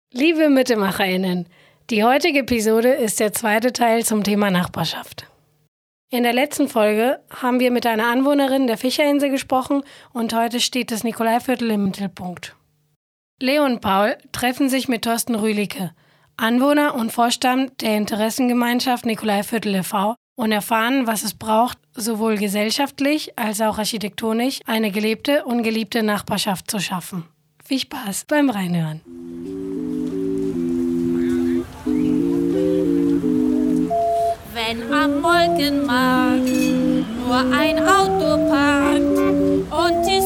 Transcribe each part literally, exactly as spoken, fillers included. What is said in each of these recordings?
Liebe MittemacherInnen, die heutige Episode ist der zweite Teil zum Thema Nachbarschaft. In der letzten Folge haben wir mit einer Anwohnerin der Fischerinsel gesprochen und heute steht das Nikolaiviertel im Mittelpunkt. Leo und Paul treffen sich mit Thorsten Rühlicke, Anwohner und Vorstand der Interessengemeinschaft Nikolaiviertel e V und erfahren, was es braucht, sowohl gesellschaftlich als auch architektonisch eine gelebte und geliebte Nachbarschaft zu schaffen. Viel Spaß beim Reinhören. Wenn am Molkenmarkt nur ein Auto parkt und die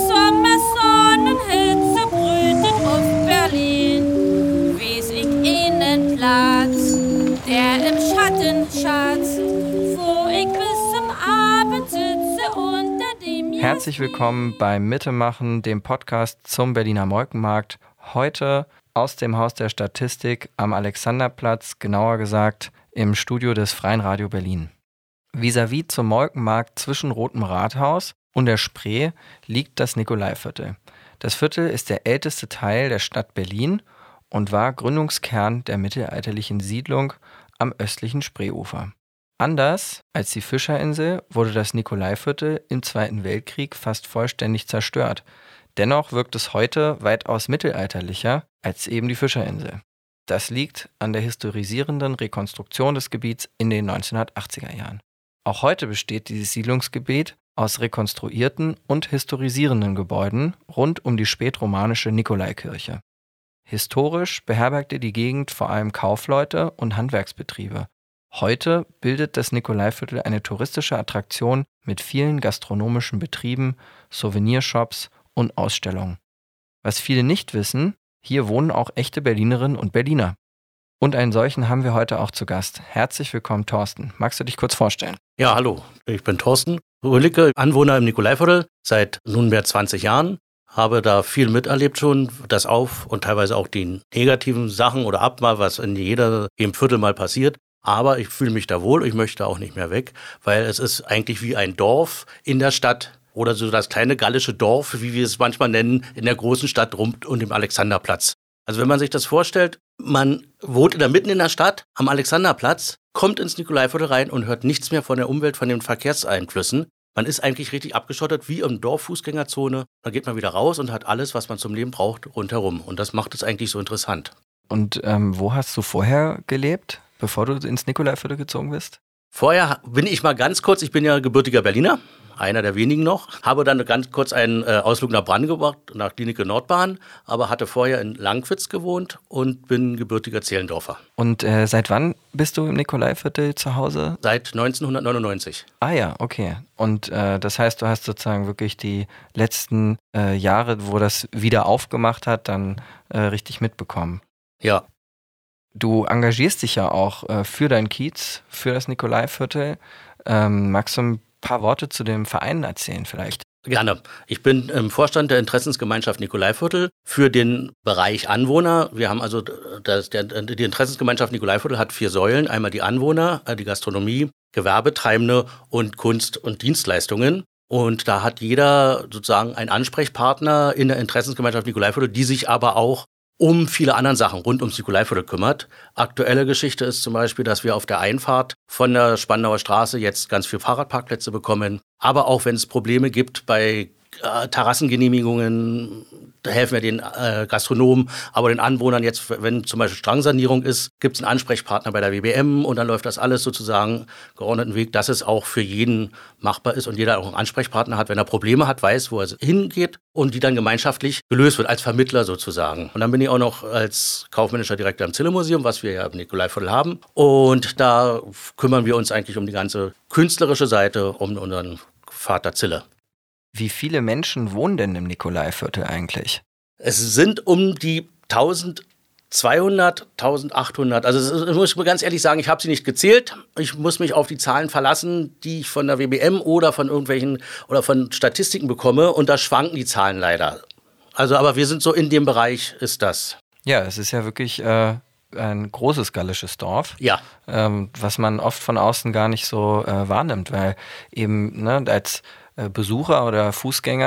Sommersonnenhitze brütet auf Berlin, weiß ich einen Platz, der im Schatten schatzt, wo ich bis zum Abend sitze unter dem Jasmin. Herzlich willkommen beim Mittemachen, dem Podcast zum Berliner Molkenmarkt. Heute aus dem Haus der Statistik am Alexanderplatz, genauer gesagt im Studio des Freien Radio Berlin. Vis-à-vis zum Molkenmarkt zwischen Rotem Rathaus und der Spree liegt das Nikolaiviertel. Das Viertel ist der älteste Teil der Stadt Berlin und war Gründungskern der mittelalterlichen Siedlung am östlichen Spreeufer. Anders als die Fischerinsel wurde das Nikolaiviertel im Zweiten Weltkrieg fast vollständig zerstört. Dennoch wirkt es heute weitaus mittelalterlicher als eben die Fischerinsel. Das liegt an der historisierenden Rekonstruktion des Gebiets in den neunzehnhundertachtziger Jahren. Auch heute besteht dieses Siedlungsgebiet aus rekonstruierten und historisierenden Gebäuden rund um die spätromanische Nikolaikirche. Historisch beherbergte die Gegend vor allem Kaufleute und Handwerksbetriebe. Heute bildet das Nikolaiviertel eine touristische Attraktion mit vielen gastronomischen Betrieben, Souvenirshops und Ausstellungen. Was viele nicht wissen: Hier wohnen auch echte Berlinerinnen und Berliner. Und einen solchen haben wir heute auch zu Gast. Herzlich willkommen, Thorsten. Magst du dich kurz vorstellen? Ja, hallo. Ich bin Thorsten Rühlicke, Anwohner im Nikolaiviertel seit nunmehr zwanzig Jahren. Habe da viel miterlebt schon, das Auf- und teilweise auch die negativen Sachen oder Abmal, was in jeder im Viertel mal passiert. Aber ich fühle mich da wohl, ich möchte auch nicht mehr weg, weil es ist eigentlich wie ein Dorf in der Stadt. Oder so das kleine gallische Dorf, wie wir es manchmal nennen, in der großen Stadt rund um den Alexanderplatz. Also wenn man sich das vorstellt, man wohnt in der mitten in der Stadt am Alexanderplatz, kommt ins Nikolaiviertel rein und hört nichts mehr von der Umwelt, von den Verkehrseinflüssen. Man ist eigentlich richtig abgeschottet, wie im Dorf, Fußgängerzone. Dann geht man wieder raus und hat alles, was man zum Leben braucht, rundherum. Und das macht es eigentlich so interessant. Und ähm, wo hast du vorher gelebt, bevor du ins Nikolaiviertel gezogen bist? Vorher bin ich mal ganz kurz, ich bin ja gebürtiger Berliner, einer der wenigen noch, habe dann ganz kurz einen äh, Ausflug nach Brandenburg gemacht, nach Klinike Nordbahn, aber hatte vorher in Langwitz gewohnt und bin gebürtiger Zehlendorfer. Und äh, seit wann bist du im Nikolaiviertel zu Hause? Seit neunzehnhundertneunundneunzig. Ah ja, okay. Und äh, das heißt, du hast sozusagen wirklich die letzten äh, Jahre, wo das wieder aufgemacht hat, dann äh, richtig mitbekommen. Ja. Du engagierst dich ja auch äh, für dein Kiez, für das Nikolaiviertel. Ähm, magst du ein paar Worte zu dem Verein erzählen vielleicht? Gerne. Ich bin im Vorstand der Interessensgemeinschaft Nikolaiviertel für den Bereich Anwohner. Wir haben also, das, der, die Interessensgemeinschaft Nikolaiviertel hat vier Säulen. Einmal die Anwohner, die Gastronomie, Gewerbetreibende und Kunst- und Dienstleistungen. Und da hat jeder sozusagen einen Ansprechpartner in der Interessensgemeinschaft Nikolaiviertel, die sich aber auch um viele andere Sachen rund ums Nikolaiviertel kümmert. Aktuelle Geschichte ist zum Beispiel, dass wir auf der Einfahrt von der Spandauer Straße jetzt ganz viele Fahrradparkplätze bekommen. Aber auch wenn es Probleme gibt bei äh, Terrassengenehmigungen, da helfen wir den äh, Gastronomen, aber den Anwohnern jetzt, wenn zum Beispiel Strangsanierung ist, gibt es einen Ansprechpartner bei der W B M und dann läuft das alles sozusagen geordneten Weg, dass es auch für jeden machbar ist und jeder auch einen Ansprechpartner hat, wenn er Probleme hat, weiß, wo er hingeht und die dann gemeinschaftlich gelöst wird, als Vermittler sozusagen. Und dann bin ich auch noch als kaufmännischer Direktor im Zille-Museum, was wir ja im Nikolaiviertel haben. Und da kümmern wir uns eigentlich um die ganze künstlerische Seite, um unseren Vater Zille. Wie viele Menschen wohnen denn im Nikolaiviertel eigentlich? Es sind um die eintausendzweihundert, eintausendachthundert. Also das muss ich mir ganz ehrlich sagen, ich habe sie nicht gezählt. Ich muss mich auf die Zahlen verlassen, die ich von der W B M oder von irgendwelchen oder von Statistiken bekomme. Und da schwanken die Zahlen leider. Also aber wir sind so in dem Bereich, ist das. Ja, es ist ja wirklich äh, ein großes gallisches Dorf, ja. ähm, was man oft von außen gar nicht so äh, wahrnimmt, weil eben ne, als äh, Besucher oder Fußgänger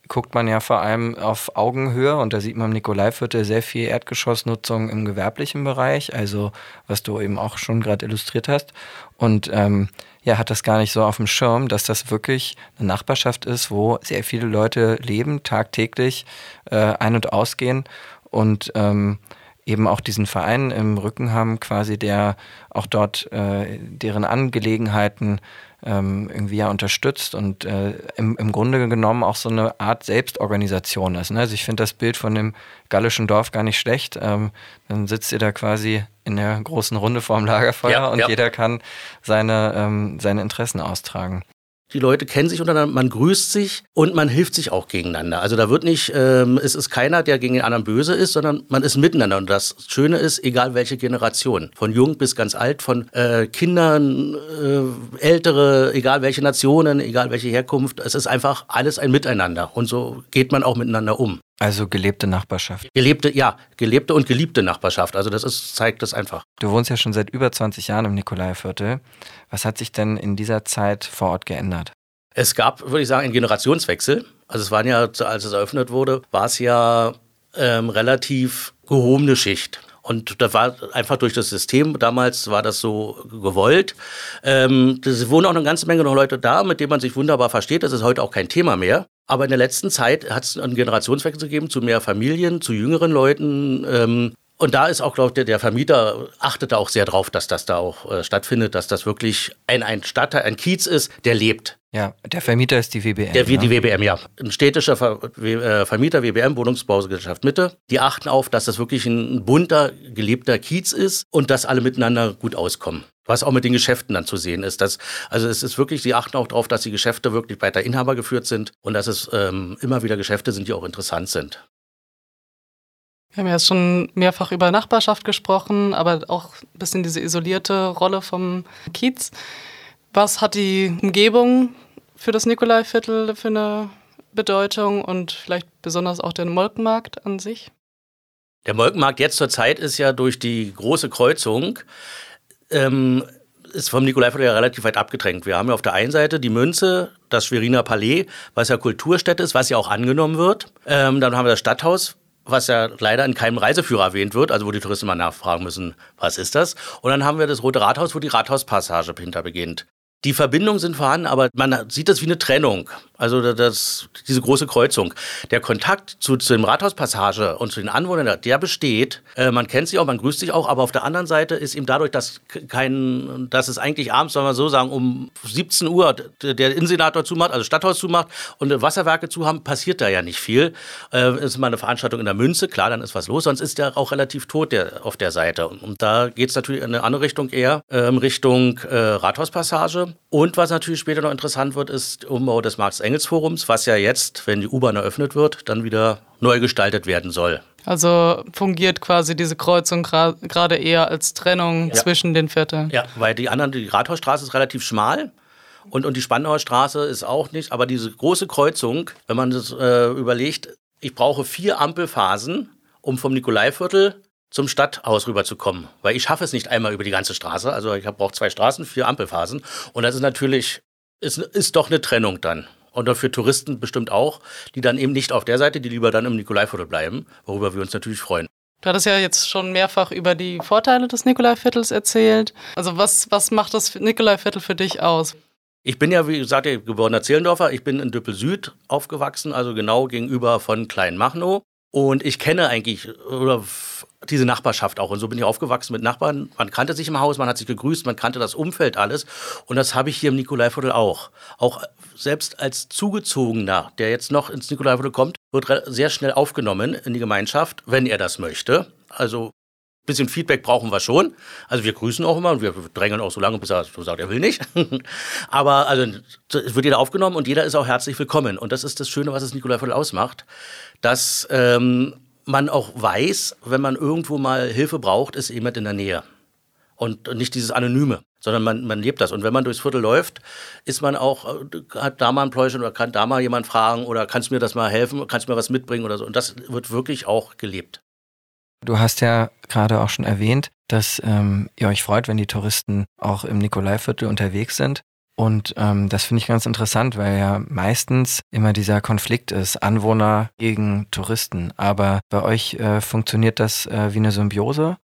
guckt man ja vor allem auf Augenhöhe und da sieht man im Nikolaiviertel sehr viel Erdgeschossnutzung im gewerblichen Bereich, also was du eben auch schon gerade illustriert hast. Und ähm, ja, hat das gar nicht so auf dem Schirm, dass das wirklich eine Nachbarschaft ist, wo sehr viele Leute leben, tagtäglich äh, ein- und ausgehen und ähm, eben auch diesen Verein im Rücken haben, quasi der auch dort äh, deren Angelegenheiten ähm, irgendwie ja unterstützt und äh, im, im Grunde genommen auch so eine Art Selbstorganisation ist. Ne? Also ich finde das Bild von dem gallischen Dorf gar nicht schlecht. Ähm, dann sitzt ihr da quasi in der großen Runde vorm Lagerfeuer ja, und ja. jeder kann seine, ähm, seine Interessen austragen. Die Leute kennen sich untereinander, man grüßt sich und man hilft sich auch gegeneinander. Also da wird nicht, ähm, es ist keiner, der gegen den anderen böse ist, sondern man ist miteinander. Und das Schöne ist, egal welche Generation, von jung bis ganz alt, von äh, Kindern, äh, Ältere, egal welche Nationen, egal welche Herkunft, es ist einfach alles ein Miteinander. Und so geht man auch miteinander um. Also gelebte Nachbarschaft. Gelebte, ja, gelebte und geliebte Nachbarschaft. Also das ist, zeigt das einfach. Du wohnst ja schon seit über zwanzig Jahren im Nikolaiviertel. Was hat sich denn in dieser Zeit vor Ort geändert? Es gab, würde ich sagen, einen Generationswechsel. Also es waren ja, als es eröffnet wurde, war es ja ähm, relativ gehobene Schicht. Und das war einfach durch das System, damals war das so gewollt. Ähm, es wohnen auch eine ganze Menge noch Leute da, mit denen man sich wunderbar versteht. Das ist heute auch kein Thema mehr. Aber in der letzten Zeit hat es einen Generationswechsel gegeben zu mehr Familien, zu jüngeren Leuten. Ähm, und da ist auch, glaube ich, der, der Vermieter achtet da auch sehr drauf, dass das da auch äh, stattfindet, dass das wirklich ein, ein Stadtteil, ein Kiez ist, der lebt. Ja, der Vermieter ist die W B M. Der, ne? Die W B M, ja. Ein städtischer Ver, äh, Vermieter, W B M, Wohnungsbaugesellschaft Mitte. Die achten auf, dass das wirklich ein bunter, gelebter Kiez ist und dass alle miteinander gut auskommen. Was auch mit den Geschäften dann zu sehen ist. Dass, also es ist wirklich, sie achten auch darauf, dass die Geschäfte wirklich weiter Inhaber geführt sind und dass es ähm, immer wieder Geschäfte sind, die auch interessant sind. Wir haben ja jetzt schon mehrfach über Nachbarschaft gesprochen, aber auch ein bisschen diese isolierte Rolle vom Kiez. Was hat die Umgebung für das Nikolaiviertel für eine Bedeutung und vielleicht besonders auch der Molkenmarkt an sich? Der Molkenmarkt jetzt zur Zeit ist ja durch die große Kreuzung ähm, ist vom Nikolaiviertel ja relativ weit abgedrängt. Wir haben ja auf der einen Seite die Münze, das Schweriner Palais, was ja Kulturstätte ist, was ja auch angenommen wird. Ähm, dann haben wir das Stadthaus, was ja leider in keinem Reiseführer erwähnt wird, also wo die Touristen mal nachfragen müssen, was ist das? Und dann haben wir das Rote Rathaus, wo die Rathauspassage hinter beginnt. Die Verbindungen sind vorhanden, aber man sieht das wie eine Trennung. Also das, diese große Kreuzung. Der Kontakt zu, zu dem Rathauspassage und zu den Anwohnern, der besteht. Äh, man kennt sich auch, man grüßt sich auch, aber auf der anderen Seite ist eben dadurch, dass kein, dass es eigentlich abends, soll man so sagen, um siebzehn Uhr der Innensenator zumacht, also Stadthaus zumacht und Wasserwerke zu haben, passiert da ja nicht viel. Äh, ist mal eine Veranstaltung in der Münze, klar, dann ist was los, sonst ist der auch relativ tot der, auf der Seite. Und da geht es natürlich in eine andere Richtung eher, äh, Richtung äh, Rathauspassage. Und was natürlich später noch interessant wird, ist der Umbau des Marx-Engels-Forums, was ja jetzt, wenn die U-Bahn eröffnet wird, dann wieder neu gestaltet werden soll. Also fungiert quasi diese Kreuzung gerade gra- eher als Trennung Ja. zwischen den Vierteln. Ja, weil die anderen, die Rathausstraße ist relativ schmal und, und die Spandauer Straße ist auch nicht. Aber diese große Kreuzung, wenn man das äh, überlegt, ich brauche vier Ampelphasen, um vom Nikolaiviertel zum Stadthaus rüberzukommen. Weil ich schaffe es nicht einmal über die ganze Straße. Also ich brauche zwei Straßen, vier Ampelphasen. Und das ist natürlich, ist, ist doch eine Trennung dann. Und für Touristen bestimmt auch, die dann eben nicht auf der Seite, die lieber dann im Nikolaiviertel bleiben, worüber wir uns natürlich freuen. Du hattest ja jetzt schon mehrfach über die Vorteile des Nikolaiviertels erzählt. Also was, was macht das Nikolaiviertel für dich aus? Ich bin ja, wie gesagt, geborener Zehlendorfer. Ich bin in Düppel-Süd aufgewachsen, also genau gegenüber von Kleinmachnow. Und ich kenne eigentlich oder diese Nachbarschaft auch. Und so bin ich aufgewachsen mit Nachbarn. Man kannte sich im Haus, man hat sich gegrüßt, man kannte das Umfeld alles. Und das habe ich hier im Nikolaiviertel auch. Auch selbst als Zugezogener, der jetzt noch ins Nikolaiviertel kommt, wird sehr schnell aufgenommen in die Gemeinschaft, wenn er das möchte. Also ein bisschen Feedback brauchen wir schon. Also wir grüßen auch immer und wir drängen auch so lange, bis er so sagt, er will nicht. Aber also, es wird jeder aufgenommen und jeder ist auch herzlich willkommen. Und das ist das Schöne, was das Nikolaiviertel ausmacht, dass ähm, man auch weiß, wenn man irgendwo mal Hilfe braucht, ist jemand in der Nähe. Und nicht dieses Anonyme, sondern man, man lebt das. Und wenn man durchs Viertel läuft, ist man auch, hat da mal ein Pläuschen oder kann da mal jemand fragen oder kannst du mir das mal helfen, kannst du mir was mitbringen oder so. Und das wird wirklich auch gelebt. Du hast ja gerade auch schon erwähnt, dass ähm, ihr euch freut, wenn die Touristen auch im Nikolaiviertel unterwegs sind. Und ähm, das finde ich ganz interessant, weil ja meistens immer dieser Konflikt ist, Anwohner gegen Touristen. Aber bei euch äh, funktioniert das äh, wie eine Symbiose?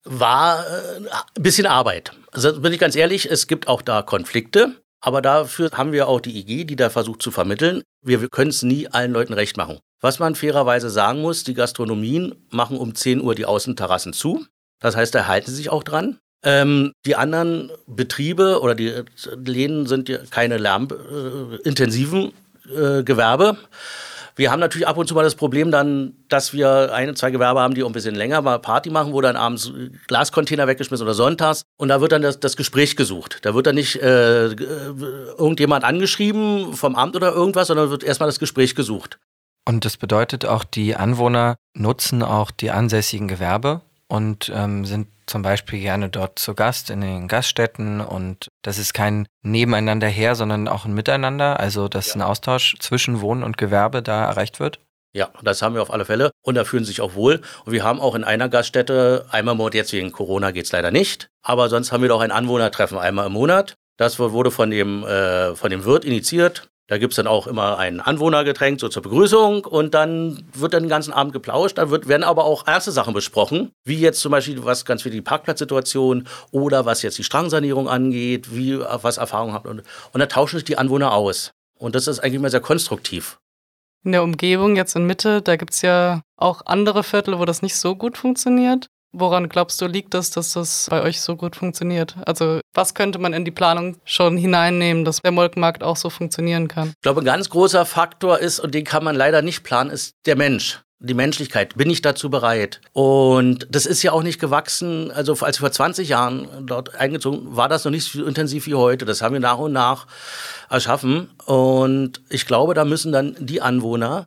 War äh, ein bisschen Arbeit. Also bin ich ganz ehrlich, es gibt auch da Konflikte. Aber dafür haben wir auch die I G, die da versucht zu vermitteln. Wir, wir können es nie allen Leuten recht machen. Was man fairerweise sagen muss, die Gastronomien machen um zehn Uhr die Außenterrassen zu. Das heißt, da halten sie sich auch dran. Ähm, die anderen Betriebe oder die Läden sind ja keine lärmintensiven äh, Gewerbe. Wir haben natürlich ab und zu mal das Problem dann, dass wir ein, zwei Gewerbe haben, die auch ein bisschen länger mal Party machen, wo dann abends Glascontainer weggeschmissen oder sonntags. Und da wird dann das, das Gespräch gesucht. Da wird dann nicht äh, irgendjemand angeschrieben vom Amt oder irgendwas, sondern wird erstmal das Gespräch gesucht. Und das bedeutet auch, die Anwohner nutzen auch die ansässigen Gewerbe und ähm, sind zum Beispiel gerne dort zu Gast in den Gaststätten. Und das ist kein Nebeneinander her, sondern auch ein Miteinander, also dass ja. ein Austausch zwischen Wohnen und Gewerbe da erreicht wird. Ja, das haben wir auf alle Fälle und da fühlen sie sich auch wohl. Und wir haben auch in einer Gaststätte, einmal im Monat, jetzt wegen Corona geht es leider nicht, aber sonst haben wir doch ein Anwohnertreffen einmal im Monat. Das wurde von dem, äh, von dem Wirt initiiert. Da gibt es dann auch immer ein Anwohnergetränk so zur Begrüßung und dann wird dann den ganzen Abend geplauscht. Dann wird, werden aber auch erste Sachen besprochen, wie jetzt zum Beispiel was ganz für die Parkplatzsituation oder was jetzt die Strangsanierung angeht, wie was Erfahrung habt. Und, und da tauschen sich die Anwohner aus. Und das ist eigentlich immer sehr konstruktiv. In der Umgebung, jetzt in Mitte, da gibt es ja auch andere Viertel, wo das nicht so gut funktioniert. Woran glaubst du, liegt das, dass das bei euch so gut funktioniert? Also was könnte man in die Planung schon hineinnehmen, dass der Molkenmarkt auch so funktionieren kann? Ich glaube, ein ganz großer Faktor ist, und den kann man leider nicht planen, ist der Mensch. Die Menschlichkeit. Bin ich dazu bereit? Und das ist ja auch nicht gewachsen. Also als wir vor zwanzig Jahren dort eingezogen, war das noch nicht so intensiv wie heute. Das haben wir nach und nach erschaffen. Und ich glaube, da müssen dann die Anwohner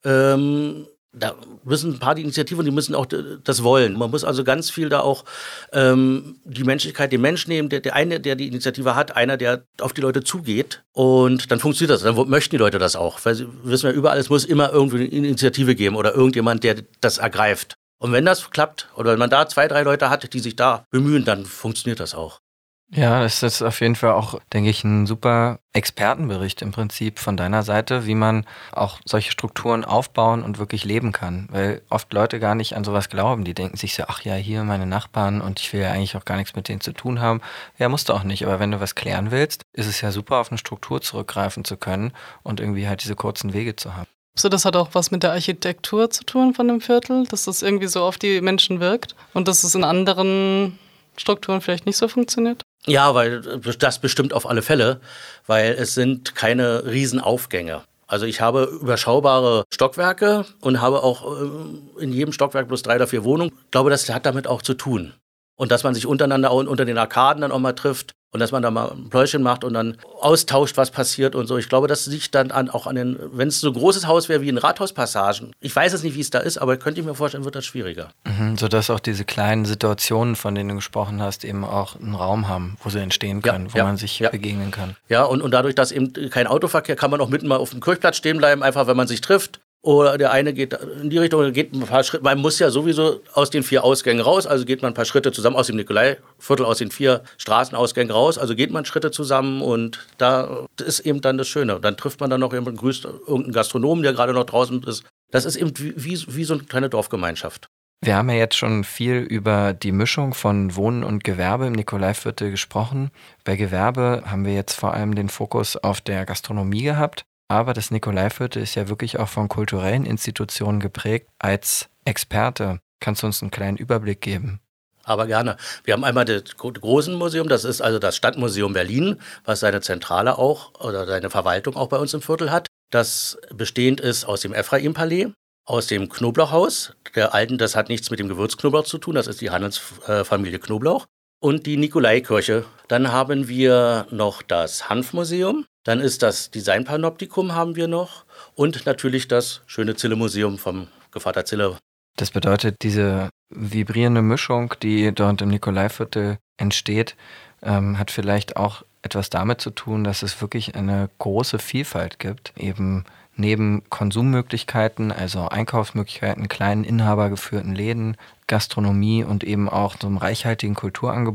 ähm, da müssen ein paar die Initiativen, die müssen auch das wollen. Man muss also ganz viel da auch ähm, die Menschlichkeit, den Mensch nehmen, der, der eine, der die Initiative hat, einer, der auf die Leute zugeht und dann funktioniert das. Dann möchten die Leute das auch. Weil sie wissen ja, überall, es muss immer irgendwie eine Initiative geben oder irgendjemand, der das ergreift. Und wenn das klappt oder wenn man da zwei, drei Leute hat, die sich da bemühen, dann funktioniert das auch. Ja, das ist auf jeden Fall auch, denke ich, ein super Expertenbericht im Prinzip von deiner Seite, wie man auch solche Strukturen aufbauen und wirklich leben kann. Weil oft Leute gar nicht an sowas glauben. Die denken sich so, ach ja, hier meine Nachbarn und ich will ja eigentlich auch gar nichts mit denen zu tun haben. Ja, musst du auch nicht. Aber wenn du was klären willst, ist es ja super, auf eine Struktur zurückgreifen zu können und irgendwie halt diese kurzen Wege zu haben. So, das hat auch was mit der Architektur zu tun von dem Viertel, dass das irgendwie so auf die Menschen wirkt und dass es in anderen Strukturen vielleicht nicht so funktioniert? Ja, weil das bestimmt auf alle Fälle, weil es sind keine Riesenaufgänge. Also ich habe überschaubare Stockwerke und habe auch in jedem Stockwerk bloß drei oder vier Wohnungen. Ich glaube, das hat damit auch zu tun. Und dass man sich untereinander auch unter den Arkaden dann auch mal trifft und dass man da mal ein Pläuschen macht und dann austauscht, was passiert und so. Ich glaube, das liegt dann an, auch an den, wenn es so ein großes Haus wäre wie in Rathauspassagen. Ich weiß jetzt nicht, wie es da ist, aber könnte ich mir vorstellen, wird das schwieriger. Mhm, sodass auch diese kleinen Situationen, von denen du gesprochen hast, eben auch einen Raum haben, wo sie entstehen können, ja, wo ja, man sich ja. begegnen kann. Ja, und, und dadurch, dass eben kein Autoverkehr, kann man auch mitten mal auf dem Kirchplatz stehen bleiben, einfach wenn man sich trifft. Oder der eine geht in die Richtung, geht ein paar Schritte. Man muss ja sowieso aus den vier Ausgängen raus, also geht man ein paar Schritte zusammen aus dem Nikolaiviertel, aus den vier Straßenausgängen raus. Also geht man Schritte zusammen und da ist eben dann das Schöne. Und dann trifft man dann noch jemanden, grüßt irgendeinen Gastronomen, der gerade noch draußen ist. Das ist eben wie, wie so eine kleine Dorfgemeinschaft. Wir haben ja jetzt schon viel über die Mischung von Wohnen und Gewerbe im Nikolaiviertel gesprochen. Bei Gewerbe haben wir jetzt vor allem den Fokus auf der Gastronomie gehabt. Aber das Nikolaiviertel ist ja wirklich auch von kulturellen Institutionen geprägt. Als Experte kannst du uns einen kleinen Überblick geben? Aber gerne. Wir haben einmal das große Museum, das ist also das Stadtmuseum Berlin, was seine Zentrale auch oder seine Verwaltung auch bei uns im Viertel hat. Das bestehend ist aus dem Ephraim-Palais, aus dem Knoblauchhaus, der alten, das hat nichts mit dem Gewürzknoblauch zu tun, das ist die Handelsfamilie Knoblauch. Und die Nikolaikirche. Dann haben wir noch das Hanfmuseum. Dann ist das Designpanoptikum haben wir noch und natürlich das schöne Zille-Museum vom Gevatter Zille. Das bedeutet, diese vibrierende Mischung, die dort im Nikolaiviertel entsteht, ähm, hat vielleicht auch etwas damit zu tun, dass es wirklich eine große Vielfalt gibt, eben neben Konsummöglichkeiten, also Einkaufsmöglichkeiten, kleinen inhabergeführten Läden, Gastronomie und eben auch so einem reichhaltigen Kulturangebot,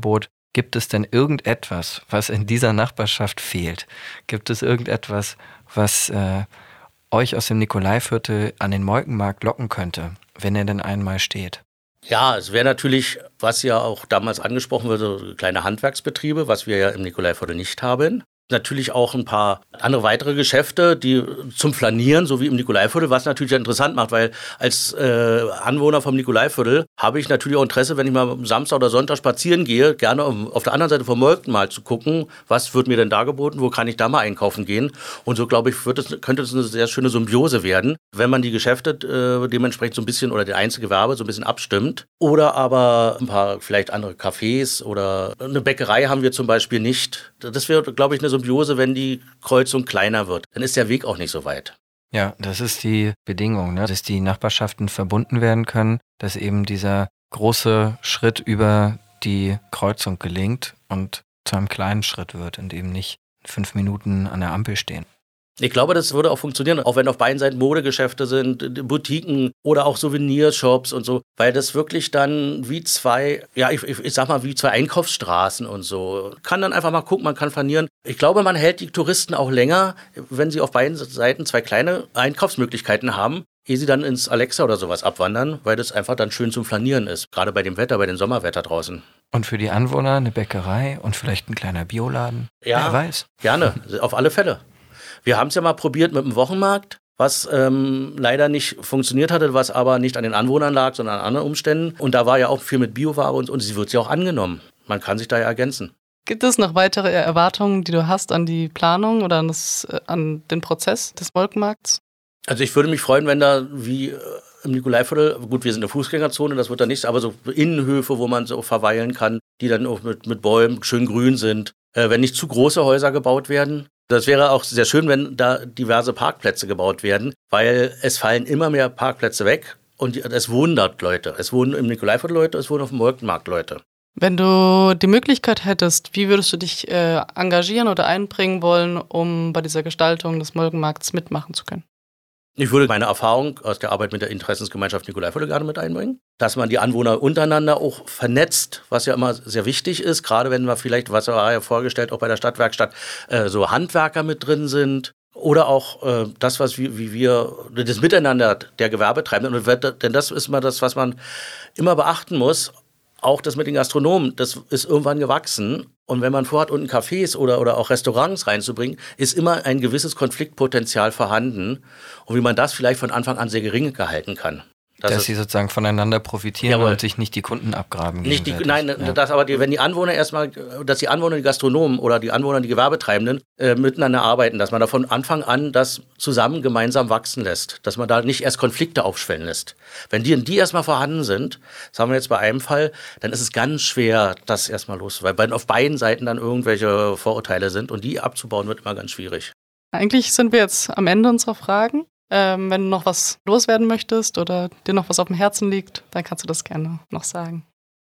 Gibt es denn irgendetwas, was in dieser Nachbarschaft fehlt? Gibt es irgendetwas, was äh, euch aus dem Nikolaiviertel an den Molkenmarkt locken könnte, wenn er denn einmal steht? Ja, es wäre natürlich, was ja auch damals angesprochen wurde, so kleine Handwerksbetriebe, was wir ja im Nikolaiviertel nicht haben. Natürlich auch ein paar andere weitere Geschäfte, die zum Flanieren, so wie im Nikolaiviertel, was natürlich interessant macht, weil als äh, Anwohner vom Nikolaiviertel habe ich natürlich auch Interesse, wenn ich mal am Samstag oder Sonntag spazieren gehe, gerne auf der anderen Seite vom Molkenmarkt zu gucken, was wird mir denn da geboten, wo kann ich da mal einkaufen gehen. Und so, glaube ich, wird es, könnte es eine sehr schöne Symbiose werden, wenn man die Geschäfte äh, dementsprechend so ein bisschen oder die Einzelgewerbe so ein bisschen abstimmt. Oder aber ein paar vielleicht andere Cafés oder eine Bäckerei haben wir zum Beispiel nicht. Das wäre, glaube ich, eine Symbiose, wenn die Kreuzung kleiner wird. Dann ist der Weg auch nicht so weit. Ja, das ist die Bedingung, ne? Dass die Nachbarschaften verbunden werden können, dass eben dieser große Schritt über die Kreuzung gelingt und zu einem kleinen Schritt wird und eben nicht fünf Minuten an der Ampel stehen. Ich glaube, das würde auch funktionieren, auch wenn auf beiden Seiten Modegeschäfte sind, Boutiquen oder auch Souvenirshops und so, weil das wirklich dann wie zwei, ja, ich, ich, ich sag mal, wie zwei Einkaufsstraßen und so. Kann dann einfach mal gucken, man kann flanieren. Ich glaube, man hält die Touristen auch länger, wenn sie auf beiden Seiten zwei kleine Einkaufsmöglichkeiten haben, ehe sie dann ins Alexa oder sowas abwandern, weil das einfach dann schön zum Flanieren ist, gerade bei dem Wetter, bei dem Sommerwetter draußen. Und für die Anwohner eine Bäckerei und vielleicht ein kleiner Bioladen? Ja, wer weiß. Gerne, auf alle Fälle. Wir haben es ja mal probiert mit dem Wochenmarkt, was ähm, leider nicht funktioniert hatte, was aber nicht an den Anwohnern lag, sondern an anderen Umständen. Und da war ja auch viel mit Bioware und, und sie wird ja auch angenommen. Man kann sich da ja ergänzen. Gibt es noch weitere Erwartungen, die du hast an die Planung oder an, das, an den Prozess des Molkenmarkts? Also ich würde mich freuen, wenn da wie im Nikolaiviertel, gut, wir sind eine Fußgängerzone, das wird da nicht, aber so Innenhöfe, wo man so verweilen kann, die dann auch mit, mit Bäumen schön grün sind. Äh, wenn nicht zu große Häuser gebaut werden. Das wäre auch sehr schön, wenn da diverse Parkplätze gebaut werden, weil es fallen immer mehr Parkplätze weg und es wohnen dort Leute. Es wohnen im Nikolaiviertel Leute, es wohnen auf dem Molkenmarkt Leute. Wenn du die Möglichkeit hättest, wie würdest du dich äh, engagieren oder einbringen wollen, um bei dieser Gestaltung des Molkenmarkts mitmachen zu können? Ich würde meine Erfahrung aus der Arbeit mit der Interessensgemeinschaft Nikolaiviertel gerne mit einbringen, dass man die Anwohner untereinander auch vernetzt, was ja immer sehr wichtig ist, gerade wenn wir vielleicht, was war ja vorgestellt, auch bei der Stadtwerkstatt, äh, so Handwerker mit drin sind oder auch äh, das, was wie, wie wir, das Miteinander der Gewerbetreibenden, denn das ist immer das, was man immer beachten muss, auch das mit den Gastronomen, das ist irgendwann gewachsen. Und wenn man vorhat, unten Cafés oder, oder auch Restaurants reinzubringen, ist immer ein gewisses Konfliktpotenzial vorhanden. Und wie man das vielleicht von Anfang an sehr gering gehalten kann. Das dass sie sozusagen voneinander profitieren Jawohl. Und sich nicht die Kunden abgraben. Nicht die, nein, ja. das aber die, wenn die Anwohner erstmal, dass die Anwohner, die Gastronomen oder die Anwohner, die Gewerbetreibenden äh, miteinander arbeiten, dass man da von Anfang an das zusammen gemeinsam wachsen lässt, dass man da nicht erst Konflikte aufschwellen lässt. Wenn die, die erstmal vorhanden sind, das haben wir jetzt bei einem Fall, dann ist es ganz schwer, das erstmal los, weil bei, auf beiden Seiten dann irgendwelche Vorurteile sind und die abzubauen wird immer ganz schwierig. Eigentlich sind wir jetzt am Ende unserer Fragen. Ähm, wenn du noch was loswerden möchtest oder dir noch was auf dem Herzen liegt, dann kannst du das gerne noch sagen.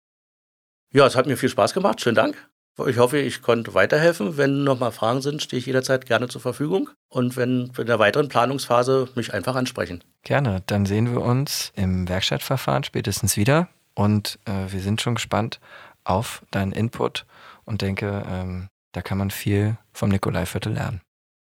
Ja, es hat mir viel Spaß gemacht. Schönen Dank. Ich hoffe, ich konnte weiterhelfen. Wenn noch mal Fragen sind, stehe ich jederzeit gerne zur Verfügung. Und wenn in der weiteren Planungsphase mich einfach ansprechen. Gerne. Dann sehen wir uns im Werkstattverfahren spätestens wieder. Und äh, wir sind schon gespannt auf deinen Input und denke, ähm, da kann man viel vom Nikolaiviertel lernen.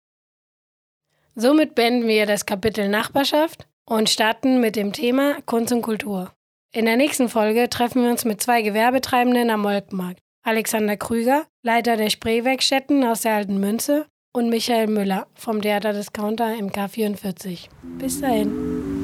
Somit beenden wir das Kapitel Nachbarschaft und starten mit dem Thema Kunst und Kultur. In der nächsten Folge treffen wir uns mit zwei Gewerbetreibenden am Molkenmarkt. Alexander Krüger, Leiter der Spreewerkstätten aus der Alten Münze und Michael Müller vom Theater Discounter im K vierundvierzig. Bis dahin.